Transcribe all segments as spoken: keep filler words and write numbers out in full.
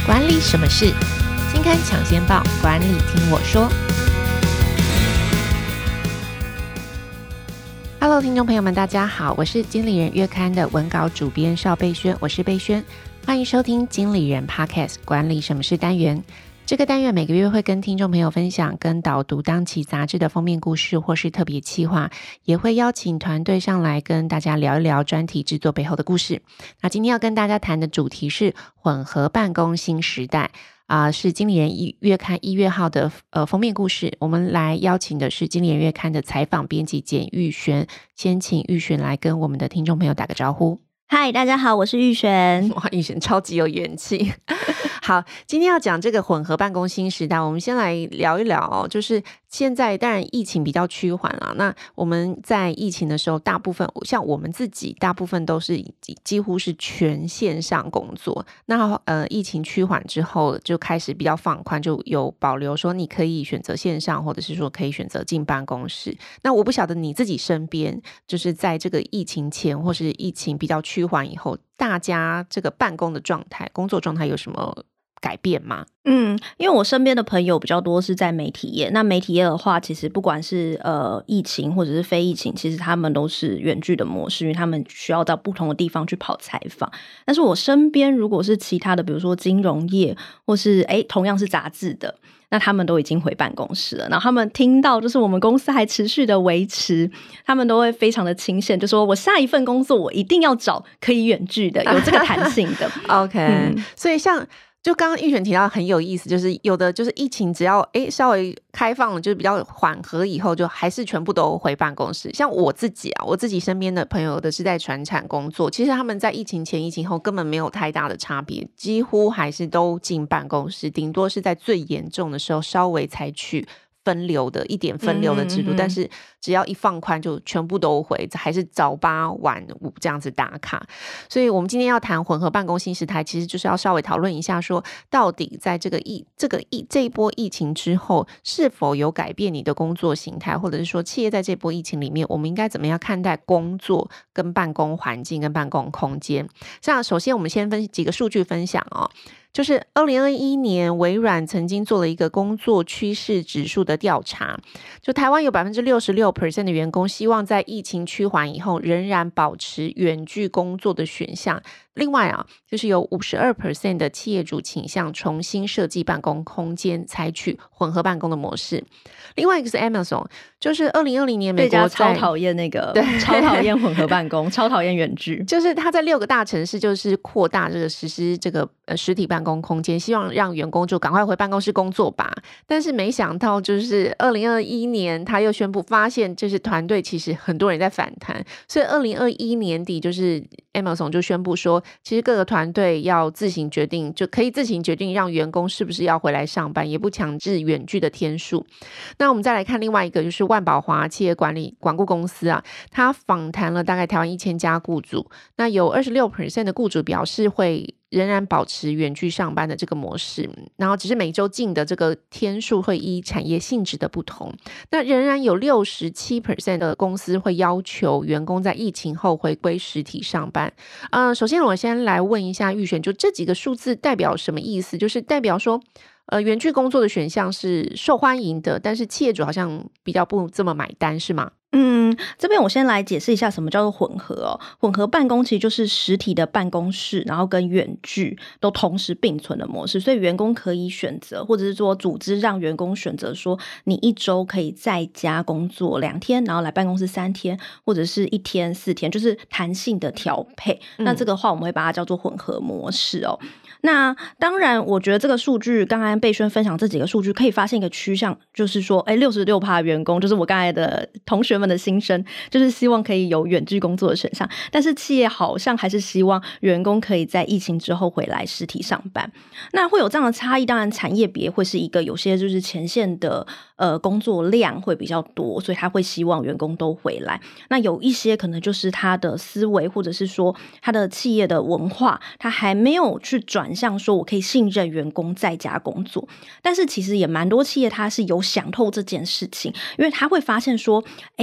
管理什么事？金刊抢先报，管理听我说。Hello， 听众朋友们，大家好，我是经理人月刊的文稿主编邵贝萱，我是贝萱，欢迎收听经理人 Podcast 管理什么事单元。这个单元每个月会跟听众朋友分享跟导读当期杂志的封面故事或是特别企划，也会邀请团队上来跟大家聊一聊专题制作背后的故事。那今天要跟大家谈的主题是混合办公新时代啊、呃，是经理人一月刊一月号的呃封面故事。我们来邀请的是经理人月刊的采访编辑简玉璇，先请玉璇来跟我们的听众朋友打个招呼。 嗨，大家好，我是玉璇。 哇，玉璇超级有元气。好，今天要讲这个混合办公新时代，我们先来聊一聊哦，就是现在当然疫情比较趋缓了，那我们在疫情的时候，大部分像我们自己，大部分都是几乎是全线上工作。那呃，疫情趋缓之后，就开始比较放宽，就有保留说你可以选择线上，或者是说可以选择进办公室。那我不晓得你自己身边，就是在这个疫情前或是疫情比较趋缓以后，大家这个办公的状态、工作状态有什么改变吗？ 嗯，因为我身边的朋友比较多是在媒体业，那媒体业的话，其实不管是呃疫情或者是非疫情，其实他们都是远距的模式，因为他们需要到不同的地方去跑采访。但是我身边如果是其他的，比如说金融业，或是诶同样是杂志的，那他们都已经回办公室了，然后他们听到就是我们公司还持续的维持，他们都会非常的钦羡，就说我下一份工作我一定要找可以远距的，有这个弹性的。 OK， 嗯， 所以像就刚刚玉璇提到很有意思，就是有的就是疫情只要诶稍微开放了，就是比较缓和以后，就还是全部都回办公室。像我自己啊，我自己身边的朋友的是在传产工作，其实他们在疫情前疫情后根本没有太大的差别，几乎还是都进办公室，顶多是在最严重的时候稍微采取分流的一点分流的制度，嗯嗯嗯，但是只要一放宽就全部都回，还是早八晚五这样子打卡。所以我们今天要谈混合办公新时代，其实就是要稍微讨论一下说，到底在这个疫这个疫这一波疫情之后，是否有改变你的工作形态，或者是说企业在这波疫情里面，我们应该怎么样看待工作跟办公环境跟办公空间。像首先我们先分几个数据分享哦，就是二零二一年微软曾经做了一个工作趋势指数的调查，就台湾有 百分之六十六 的员工希望在疫情趋缓以后仍然保持远距工作的选项。另外啊，就是有 百分之五十二 的企业主倾向重新设计办公空间，采取混合办公的模式。另外一个是 Amazon， 就是二零二零年美国超讨厌那个，超讨厌混合办公，超讨厌远距， 就是他在六个大城市就是扩大这个实施这个呃实体办公空间，希望让员工就赶快回办公室工作吧。但是没想到就是二零二一年他又宣布发现，就是团队其实很多人在反弹，所以二零二一年底就是 Amazon 就宣布说，其实各个团队要自行决定，就可以自行决定让员工是不是要回来上班，也不强制远距的天数。那我们再来看另外一个，就是万宝华企业管理管顾公司啊，他访谈了大概台湾一千家雇主，那有 百分之二十六 的雇主表示会仍然保持远距上班的这个模式，然后只是每周进的这个天数会依产业性质的不同。那仍然有 百分之六十七 的公司会要求员工在疫情后回归实体上班。呃，首先我先来问一下玉璇，就这几个数字代表什么意思？就是代表说呃，远距工作的选项是受欢迎的，但是企业主好像比较不这么买单，是吗？ 嗯，这边我先来解释一下什么叫做混合哦。混合办公其实就是实体的办公室，然后跟远距都同时并存的模式，所以员工可以选择，或者是说组织让员工选择说，你一周可以在家工作两天，然后来办公室三天，或者是一天四天，就是弹性的调配。嗯、那这个话我们会把它叫做混合模式哦。那当然我觉得这个数据刚刚贝萱分享这几个数据可以发现一个趋向，就是说哎 百分之六十六 的员工，就是我刚才的同学们的心声，就是希望可以有远距工作的选项，但是企业好像还是希望员工可以在疫情之后回来实体上班。那会有这样的差异，当然产业别会是一个，有些就是前线的呃工作量会比较多，所以他会希望员工都回来。那有一些可能就是他的思维，或者是说他的企业的文化，他还没有去转向说我可以信任员工在家工作。但是其实也蛮多企业他是有想透这件事情，因为他会发现说，哎，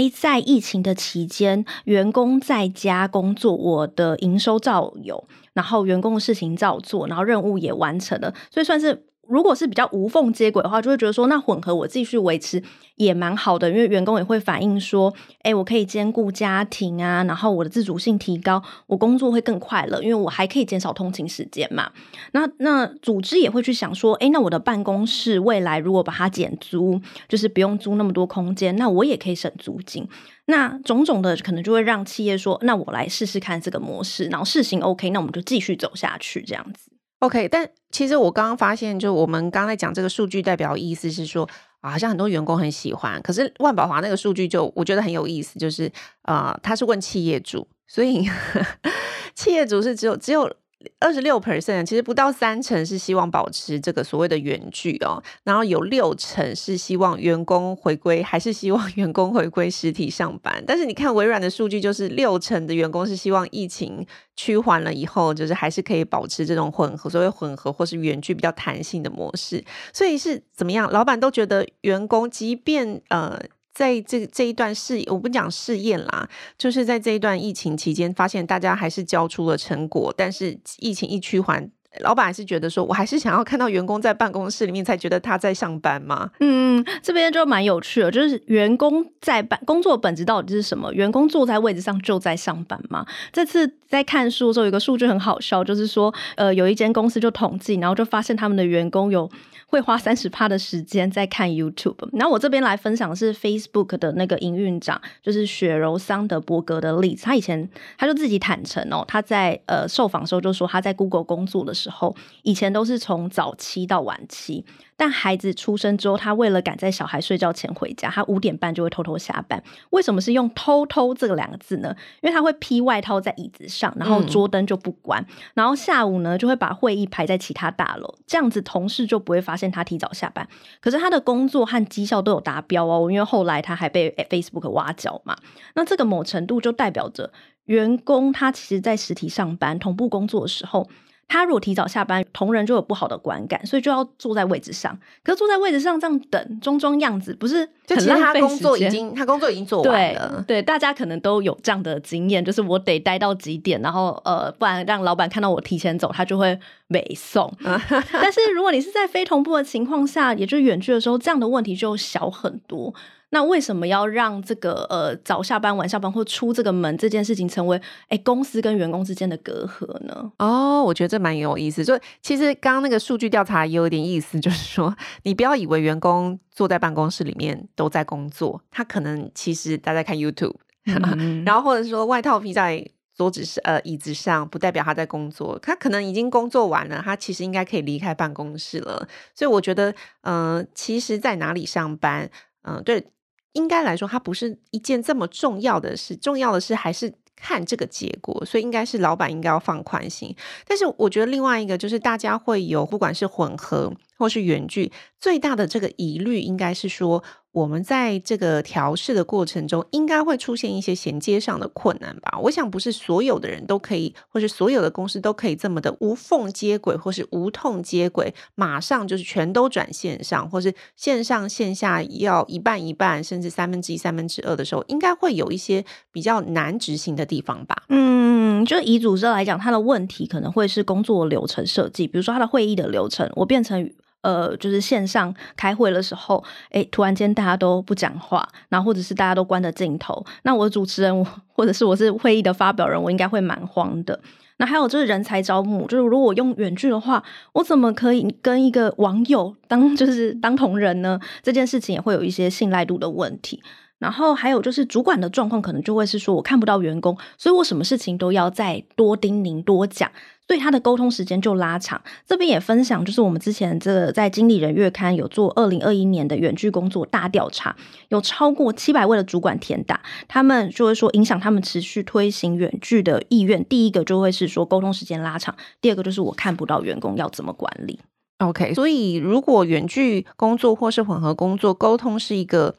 诶在疫情的期间，员工在家工作，我的营收照有，然后员工的事情照做，然后任务也完成了，所以算是如果是比较无缝接轨的话，就会觉得说那混合我继续维持也蛮好的，因为员工也会反映说诶我可以兼顾家庭啊，然后我的自主性提高，我工作会更快乐，因为我还可以减少通勤时间嘛。那那组织也会去想说诶那我的办公室未来如果把它减租，就是不用租那么多空间，那我也可以省租金，那种种的可能就会让企业说那我来试试看这个模式，然后试行 OK， 那我们就继续走下去这样子。 OK， 但其实我刚刚发现，就我们刚才讲这个数据代表的意思是说，啊，好像很多员工很喜欢。可是万宝华那个数据就我觉得很有意思，就是呃，他是问企业主，所以企业主是只有只有。百分之二十六 其实不到三成是希望保持这个所谓的远距哦，然后有六成是希望员工回归，还是希望员工回归实体上班。但是你看微软的数据，就是六成的员工是希望疫情趋缓了以后，就是还是可以保持这种混合，所谓混合或是远距比较弹性的模式。所以是怎么样？老板都觉得员工即便呃。在这这一段试，我不讲试验啦，就是在这一段疫情期间，发现大家还是交出了成果，但是疫情一趋缓，老板还是觉得说，我还是想要看到员工在办公室里面才觉得他在上班嘛。 嗯，这边就蛮有趣的，就是员工在办工作本质到底是什么？员工坐在位置上就在上班吗？这次在看书的时候，有一个数据很好笑，就是说，呃，有一间公司就统计，然后就发现他们的员工有会花 百分之三十 的时间在看 YouTube。 然后我这边来分享的是 Facebook 的那个营运长，就是雪柔桑德伯格的例子。他以前他就自己坦诚哦，他在呃受访的时候就说他在 Google 工作的时候，以前都是从早期到晚期，但孩子出生之后，他为了赶在小孩睡觉前回家，他五点半就会偷偷下班。为什么是用偷偷这个两个字呢？因为他会披外套在椅子上，然后桌灯就不关、嗯、然后下午呢就会把会议排在其他大楼，这样子同事就不会发现他提早下班。可是他的工作和绩效都有达标哦，因为后来他还被 Facebook 挖角嘛。那这个某程度就代表着员工他其实在实体上班同步工作的时候，他如果提早下班，同仁就有不好的观感，所以就要坐在位置上。可是坐在位置上这样等，装装样子，不是很浪费时间？就其实他工作已经他工作已经做完了。对，对，大家可能都有这样的经验，就是我得待到几点，然后呃，不然让老板看到我提前走，他就会美送。但是如果你是在非同步的情况下，也就是远距的时候，这样的问题就小很多。那为什么要让这个呃早下班晚下班或出这个门这件事情成为哎公司跟员工之间的隔阂呢？ 哦，我觉得这蛮有意思。就其实刚刚那个数据调查也有点意思，就是说你不要以为员工坐在办公室里面都在工作，他可能其实他在看 YouTube，、嗯、然后或者说外套披在桌子是呃椅子上，不代表他在工作，他可能已经工作完了，他其实应该可以离开办公室了。所以我觉得呃其实在哪里上班嗯、呃、对，应该来说它不是一件这么重要的事，重要的是还是看这个结果，所以应该是老板应该要放宽心。但是我觉得另外一个就是大家会有不管是混合或是远距，最大的这个疑虑应该是说我们在这个调试的过程中应该会出现一些衔接上的困难吧。我想不是所有的人都可以，或是所有的公司都可以这么的无缝接轨或是无痛接轨，马上就是全都转线上，或是线上线下要一半一半甚至三分之一三分之二的时候，应该会有一些比较难执行的地方吧。 嗯，就以组织来讲，它的问题可能会是工作流程设计，比如说它的会议的流程我变成呃，就是线上开会的时候，哎，突然间大家都不讲话，然后或者是大家都关着镜头，那我的主持人或者是我是会议的发表人，我应该会蛮慌的。那还有就是人才招募，就是如果我用远距的话，我怎么可以跟一个网友当就是当同仁呢？这件事情也会有一些信赖度的问题。然后还有就是主管的状况可能就会是说我看不到员工，所以我什么事情都要再多叮咛多讲，所以他的沟通时间就拉长。这边也分享就是我们之前这个在经理人月刊有做二零二一年的远距工作大调查，有超过七百位的主管填答，他们就会说影响他们持续推行远距的意愿，第一个就会是说沟通时间拉长，第二个就是我看不到员工要怎么管理。 OK， 所以如果远距工作或是混合工作沟通是一个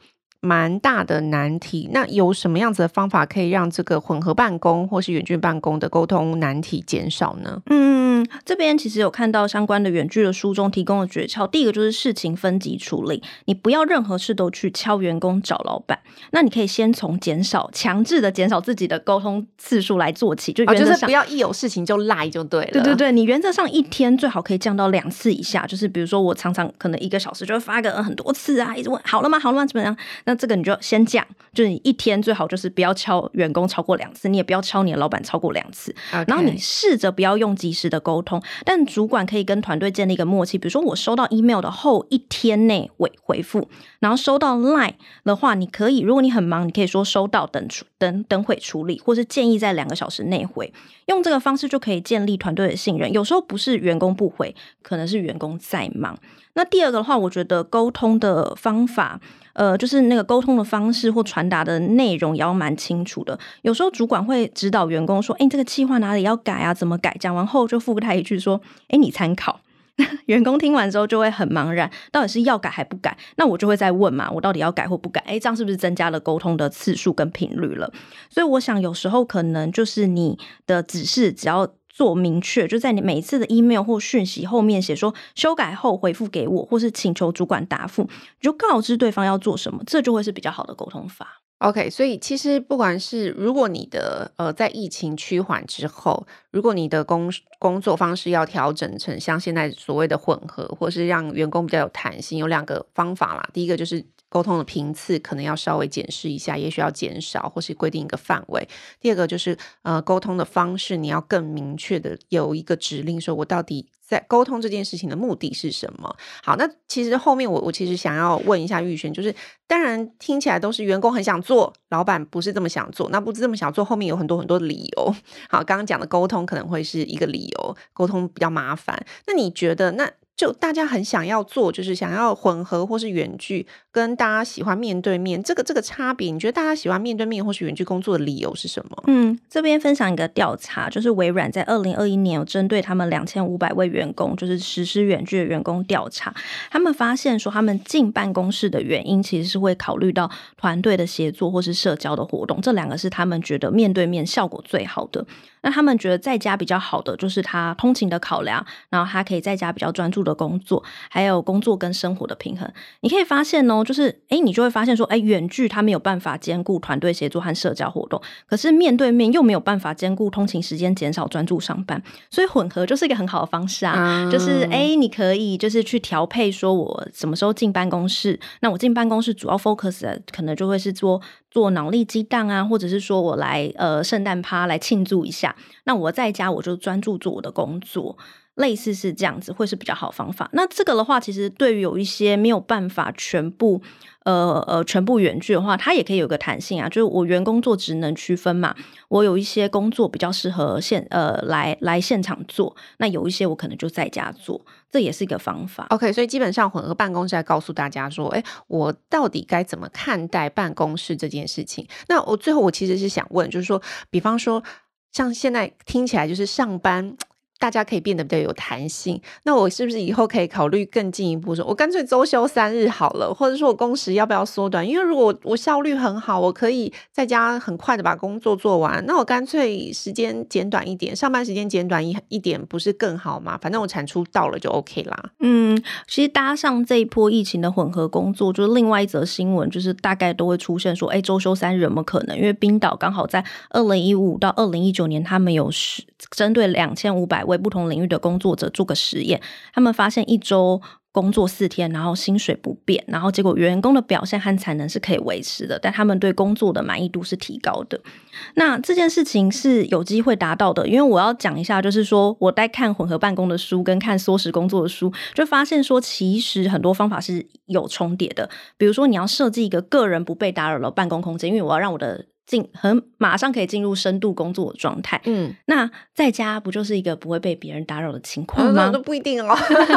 蛮大的难题。那有什么样子的方法可以让这个混合办公或是远距办公的沟通难题减少呢？ 嗯，这边其实有看到相关的远距的书中提供的诀窍。第一个就是事情分级处理，你不要任何事都去敲员工找老板。那你可以先从减少强制的减少自己的沟通次数来做起，就原则上、 哦、就是不要一有事情就赖就对了。 对对对，你原则上一天最好可以降到两次以下。就是比如说我常常可能一个小时就会发个很多次啊，一直问好了吗好了吗怎么样，那这个你就先降，就是你一天最好就是不要敲员工超过两次，你也不要敲你的老板超过两次、okay. 然后你试着不要用即时的沟通，但主管可以跟团队建立一个默契，比如说我收到 email 的后一天内回回复，然后收到 line 的话，你可以如果你很忙，你可以说收到等等等会处理，或是建议在两个小时内回，用这个方式就可以建立团队的信任。有时候不是员工不回，可能是员工在忙。那第二个的话，我觉得沟通的方法呃，就是那个沟通的方式或传达的内容也要蛮清楚的。有时候主管会指导员工说，哎、欸，这个企划哪里要改啊，怎么改，讲完后就附他一句说，哎、欸，你参考。员工听完之后就会很茫然，到底是要改还不改？那我就会再问嘛，我到底要改或不改？哎，这样是不是增加了沟通的次数跟频率了？所以我想有时候可能就是你的指示只要做明确，就在你每一次的 email 或讯息后面写说修改后回复给我，或是请求主管答复，你就告知对方要做什么，这就会是比较好的沟通法。 OK， 所以其实不管是如果你的呃在疫情趋缓之后，如果你的工工作方式要调整成像现在所谓的混合，或是让员工比较有弹性，有两个方法啦。第一个就是沟通的频次可能要稍微检视一下，也许要减少或是规定一个范围。第二个就是呃沟通的方式你要更明确的有一个指令，说我到底在沟通这件事情的目的是什么。好，那其实后面我我其实想要问一下玉璇，就是当然听起来都是员工很想做，老板不是这么想做，那不是这么想做后面有很多很多的理由。好，刚刚讲的沟通可能会是一个理由，沟通比较麻烦。那你觉得那就大家很想要做，就是想要混合或是远距，跟大家喜欢面对面，这个这个差别，你觉得大家喜欢面对面或是远距工作的理由是什么？ 嗯，这边分享一个调查，就是微软在二零二一年有针对他们两千五百位员工，就是实施远距的员工调查，他们发现说他们进办公室的原因其实是会考虑到团队的协作或是社交的活动，这两个是他们觉得面对面效果最好的。那他们觉得在家比较好的就是他通勤的考量，然后他可以在家比较专注的工作，还有工作跟生活的平衡。你可以发现哦，就是诶你就会发现说，诶远距他没有办法兼顾团队协作和社交活动，可是面对面又没有办法兼顾通勤时间，减少专注上班，所以混合就是一个很好的方式啊。嗯、就是诶你可以就是去调配说我什么时候进办公室，那我进办公室主要 focus 的可能就会是做做脑力激荡啊，或者是说我来呃圣诞趴来庆祝一下，那我在家我就专注做我的工作，类似是这样子会是比较好的方法。那这个的话其实对于有一些没有办法全部呃呃全部远距的话，它也可以有个弹性啊，就是我员工做职能区分嘛，我有一些工作比较适合现呃来来现场做，那有一些我可能就在家做，这也是一个方法。 OK， 所以基本上混合办公是来告诉大家说，哎，我到底该怎么看待办公室这件事情。那我最后我其实是想问，就是说比方说像现在听起来就是上班大家可以变得比较有弹性，那我是不是以后可以考虑更进一步说我干脆周休三日好了，或者说我工时要不要缩短，因为如果我效率很好，我可以在家很快的把工作做完，那我干脆时间减短一点，上班时间减短 一, 一点不是更好吗？反正我产出到了就 OK 啦。 嗯，其实搭上这一波疫情的混合工作，就是另外一则新闻，就是大概都会出现说哎，周休三日有没有可能，因为冰岛刚好在二零一五到二零一九年他们有针对两千五百为不同领域的工作者做个实验，他们发现一周工作四天，然后薪水不变，然后结果员工的表现和产能是可以维持的，但他们对工作的满意度是提高的。那这件事情是有机会达到的，因为我要讲一下，就是说我在看混合办公的书跟看缩时工作的书，就发现说其实很多方法是有重叠的。比如说你要设计一个个人不被打扰的办公空间，因为我要让我的进很马上可以进入深度工作的状态。嗯，那在家不就是一个不会被别人打扰的情况吗？ 那都不一定哦。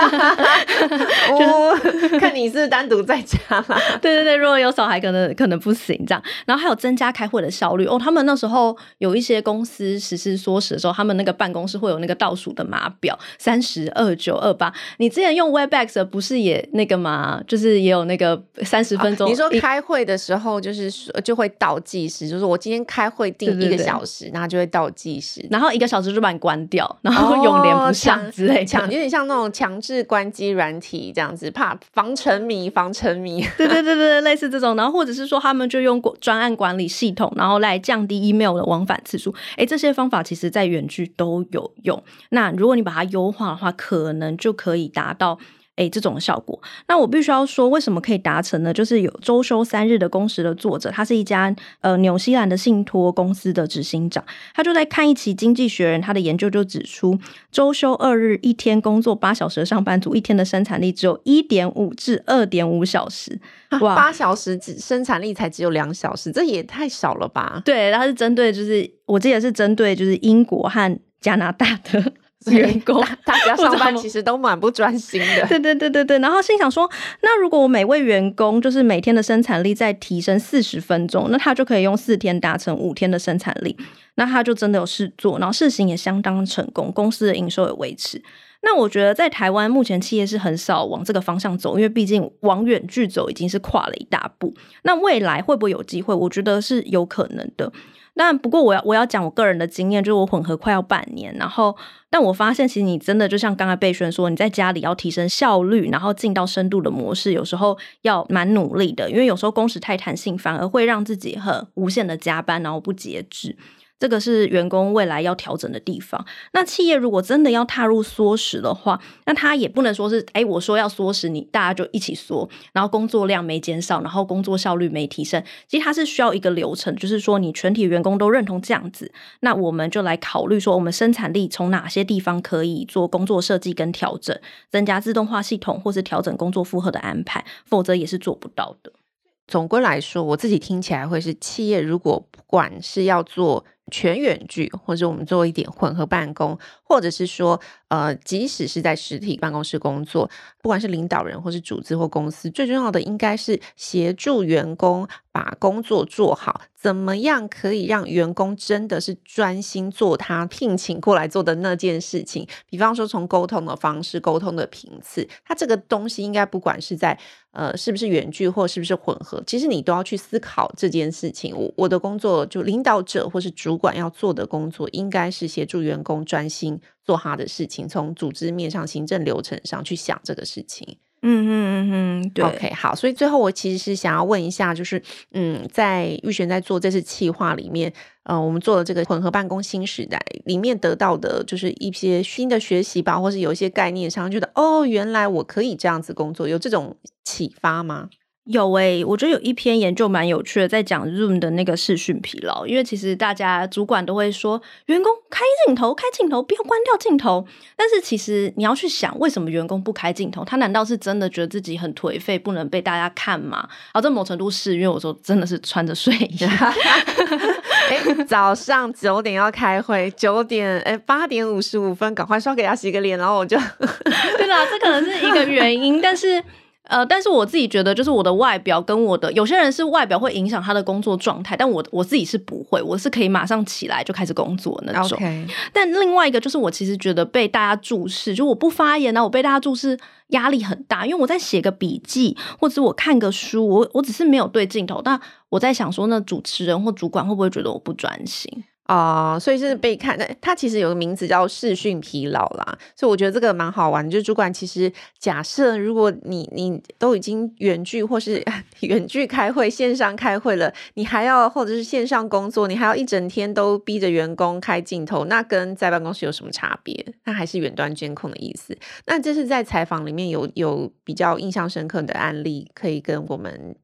哦，看你是不是单独在家啦。 对对对，如果有小孩可能可能不行这样。然后还有增加开会的效率哦。他们那时候有一些公司实施缩时的时候，他们那个办公室会有那个倒数的码表，三十、二九、二八。你之前用 Webex 的不是也那个吗？就是也有那个三十分钟、 啊。你说开会的时候就是就会倒计时，就是我今天开会定一个小时，然后就会倒计时， 然后一个小时就把你关掉，然后永连不上之类的， 强、哦、有点像那种强制关机软体这样子，怕防沉迷，防沉迷。 对对对对，类似这种。然后或者是说他们就用专案管理系统，然后来降低 email 的往返次数。哎，这些方法其实在远距都有用。那如果你把它优化的话，可能就可以达到诶这种效果。那我必须要说为什么可以达成呢？就是有周休三日的工时的作者，他是一家呃纽西兰的信托公司的执行长，他就在看一期经济学人，他的研究就指出，周休二日一天工作八小时的上班族，一天的生产力只有 一点五 至 二点五小时。 哇，八小时生产力才只有两小时，这也太少了吧？ 对，他是针对就是我记得是针对就是英国和加拿大的员工， 大家上班其实都蛮不专心的。 对对对对对，然后心想说，那如果我每位员工就是每天的生产力再提升四十分钟，那他就可以用四天达成五天的生产力，那他就真的有事做，然后事情也相当成功，公司的营收也维持。那我觉得在台湾目前企业是很少往这个方向走，因为毕竟往远距走已经是跨了一大步。那未来会不会有机会？我觉得是有可能的。但不过我要我要讲我个人的经验，就是我混合快要半年，然后但我发现其实你真的就像刚才贝萱说，你在家里要提升效率，然后进到深度的模式，有时候要蛮努力的，因为有时候工时太弹性，反而会让自己很无限的加班，然后不节制。这个是员工未来要调整的地方。那企业如果真的要踏入缩时的话，那他也不能说是诶我说要缩时，你大家就一起缩，然后工作量没减少，然后工作效率没提升。其实它是需要一个流程，就是说你全体员工都认同这样子，那我们就来考虑说我们生产力从哪些地方可以做工作设计跟调整，增加自动化系统或是调整工作负荷的安排，否则也是做不到的。 总归来说，我自己听起来会是企业如果不管是要做全远距，或者我们做一点混合办公，或者是说呃，即使是在实体办公室工作，不管是领导人或是组织或公司，最重要的应该是协助员工把工作做好，怎么样可以让员工真的是专心做他聘请过来做的那件事情。比方说从沟通的方式，沟通的频次，他这个东西应该不管是在呃是不是远距或是不是混合，其实你都要去思考这件事情。我我的工作就领导者或是主管要做的工作，应该是协助员工专心做他的事情，从组织面上行政流程上去想这个事情。 嗯嗯嗯嗯，对。 OK， 好，所以最后我其实是想要问一下，就是嗯，在玉璇在做这次企划里面，呃，我们做的这个混合办公新时代里面得到的，就是一些新的学习吧，或是有一些概念上觉得哦，原来我可以这样子工作，有这种启发吗？ 有诶、欸，我觉得有一篇研究蛮有趣的，在讲 Zoom 的那个视讯疲劳。因为其实大家主管都会说，员工开镜头，开镜头，不要关掉镜头。但是其实你要去想，为什么员工不开镜头？他难道是真的觉得自己很颓废，不能被大家看吗？然后这某程度是因为我说真的是穿着睡衣。 欸、早上九点要开会，九点哎八点五十五分赶快刷给他洗个脸，然后我就对啦，这可能是一个原因，但是。呃，但是我自己觉得，就是我的外表跟我的有些人是外表会影响他的工作状态，但我我自己是不会，我是可以马上起来就开始工作那种。 Okay. 但另外一个就是我其实觉得被大家注视，就我不发言啊，我被大家注视压力很大，因为我在写个笔记或者我看个书，我我只是没有对镜头，但我在想说，那主持人或主管会不会觉得我不专心？ 哦、uh, 所以是被看，它其实有个名字叫视讯疲劳啦，所以我觉得这个蛮好玩。就是主管其实假设如果你你都已经远距或是远距开会、线上开会了，你还要或者是线上工作，你还要一整天都逼着员工开镜头，那跟在办公室有什么差别？那还是远端监控的意思。那这是在采访里面有有比较印象深刻的案例可以跟我们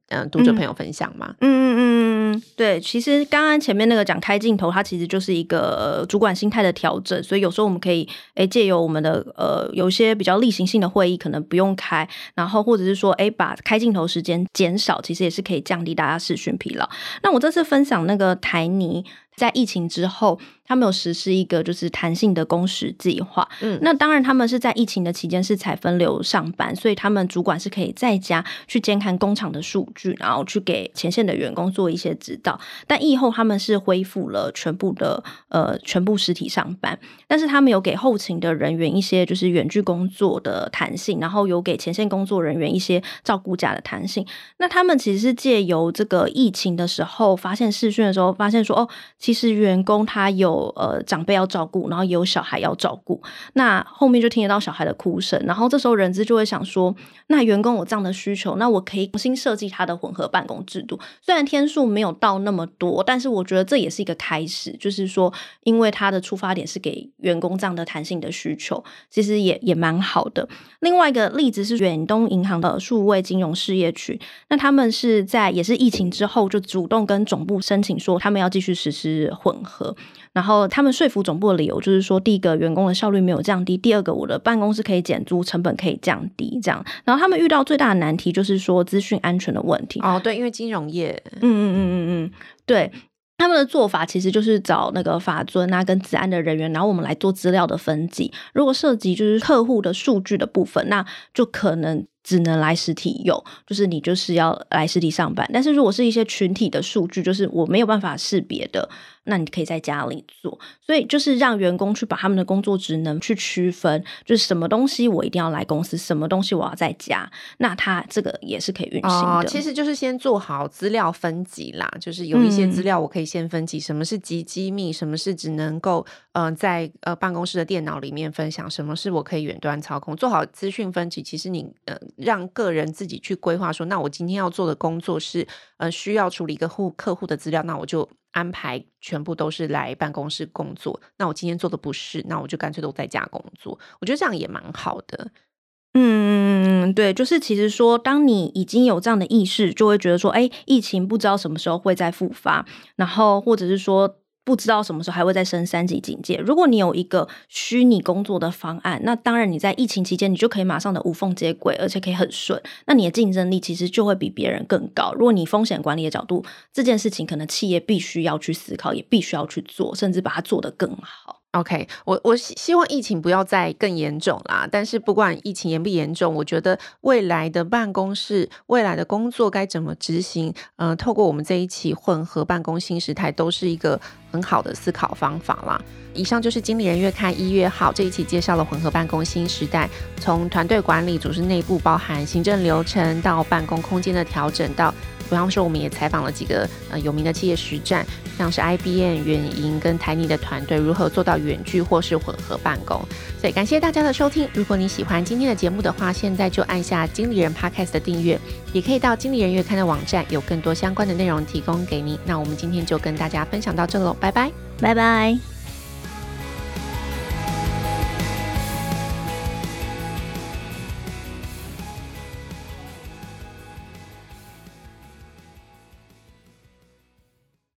呃读者朋友分享吗？ 嗯嗯嗯嗯，对，其实刚刚前面那个讲开镜头，它其实就是一个主管心态的调整，所以有时候我们可以诶借由我们的呃有一些比较例行性的会议可能不用开，然后或者是说诶把开镜头时间减少，其实也是可以降低大家视讯疲劳。那我这次分享那个台泥在疫情之后，他们有实施一个就是弹性的工时计划。嗯，那当然他们是在疫情的期间是采分流上班，所以他们主管是可以在家去监看工厂的数据，然后去给前线的员工做一些指导。但疫后他们是恢复了全部的呃全部实体上班，但是他们有给后勤的人员一些就是远距工作的弹性，然后有给前线工作人员一些照顾假的弹性。那他们其实是借由这个疫情的时候发现视讯的时候发现说哦。其实员工他有呃长辈要照顾，然后也有小孩要照顾，那后面就听得到小孩的哭声，然后这时候人资就会想说，那员工有这样的需求，那我可以重新设计他的混合办公制度。虽然天数没有到那么多，但是我觉得这也是一个开始，就是说因为他的出发点是给员工这样的弹性的需求，其实也也蛮好的。另外一个例子是远东银行的数位金融事业群，那他们是在也是疫情之后就主动跟总部申请说他们要继续实施混合，然后他们说服总部的理由就是说，第一个员工的效率没有降低，第二个我的办公室可以减租，成本可以降低这样。然后他们遇到最大的难题就是说资讯安全的问题。 哦，对，因为金融业， 嗯嗯嗯嗯嗯，对。他们的做法其实就是找那个法遵啊跟资安的人员，然后我们来做资料的分级。如果涉及就是客户的数据的部分，那就可能只能来实体用，就是你就是要来实体上班。但是如果是一些群体的数据，就是我没有办法识别的，那你可以在家里做。所以就是让员工去把他们的工作职能去区分，就是什么东西我一定要来公司，什么东西我要在家，那它这个也是可以运行的。 哦，其实就是先做好资料分级啦，就是有一些资料我可以先分级，嗯、什么是极机密，什么是只能够呃在呃办公室的电脑里面分享，什么是我可以远端操控，做好资讯分级。其实你呃让个人自己去规划说，那我今天要做的工作是呃需要处理一个户客户的资料，那我就安排全部都是来办公室工作。那我今天做的不是，那我就干脆都在家工作。我觉得这样也蛮好的。 嗯，对，就是其实说，当你已经有这样的意识，就会觉得说，哎，疫情不知道什么时候会再复发，然后或者是说不知道什么时候还会再升三级警戒。如果你有一个虚拟工作的方案，那当然你在疫情期间你就可以马上的无缝接轨，而且可以很顺，那你的竞争力其实就会比别人更高。如果你风险管理的角度，这件事情可能企业必须要去思考，也必须要去做，甚至把它做得更好。 OK， 我我希望疫情不要再更严重啦。但是不管疫情严不严重，我觉得未来的办公室、未来的工作该怎么执行，呃，透过我们这一期混合办公新时态，都是一个很好的思考方法啦。以上就是经理人月刊一月号这一期介绍了混合办公新时代，从团队管理、组织内部包含行政流程到办公空间的调整，到比方说我们也采访了几个呃有名的企业实战，像是 I B M、远银跟台泥的团队如何做到远距或是混合办公。所以感谢大家的收听，如果你喜欢今天的节目的话，现在就按下经理人 Podcast 的订阅，也可以到经理人月刊的网站，有更多相关的内容提供给你。那我们今天就跟大家分享到这喽，拜拜， 拜拜。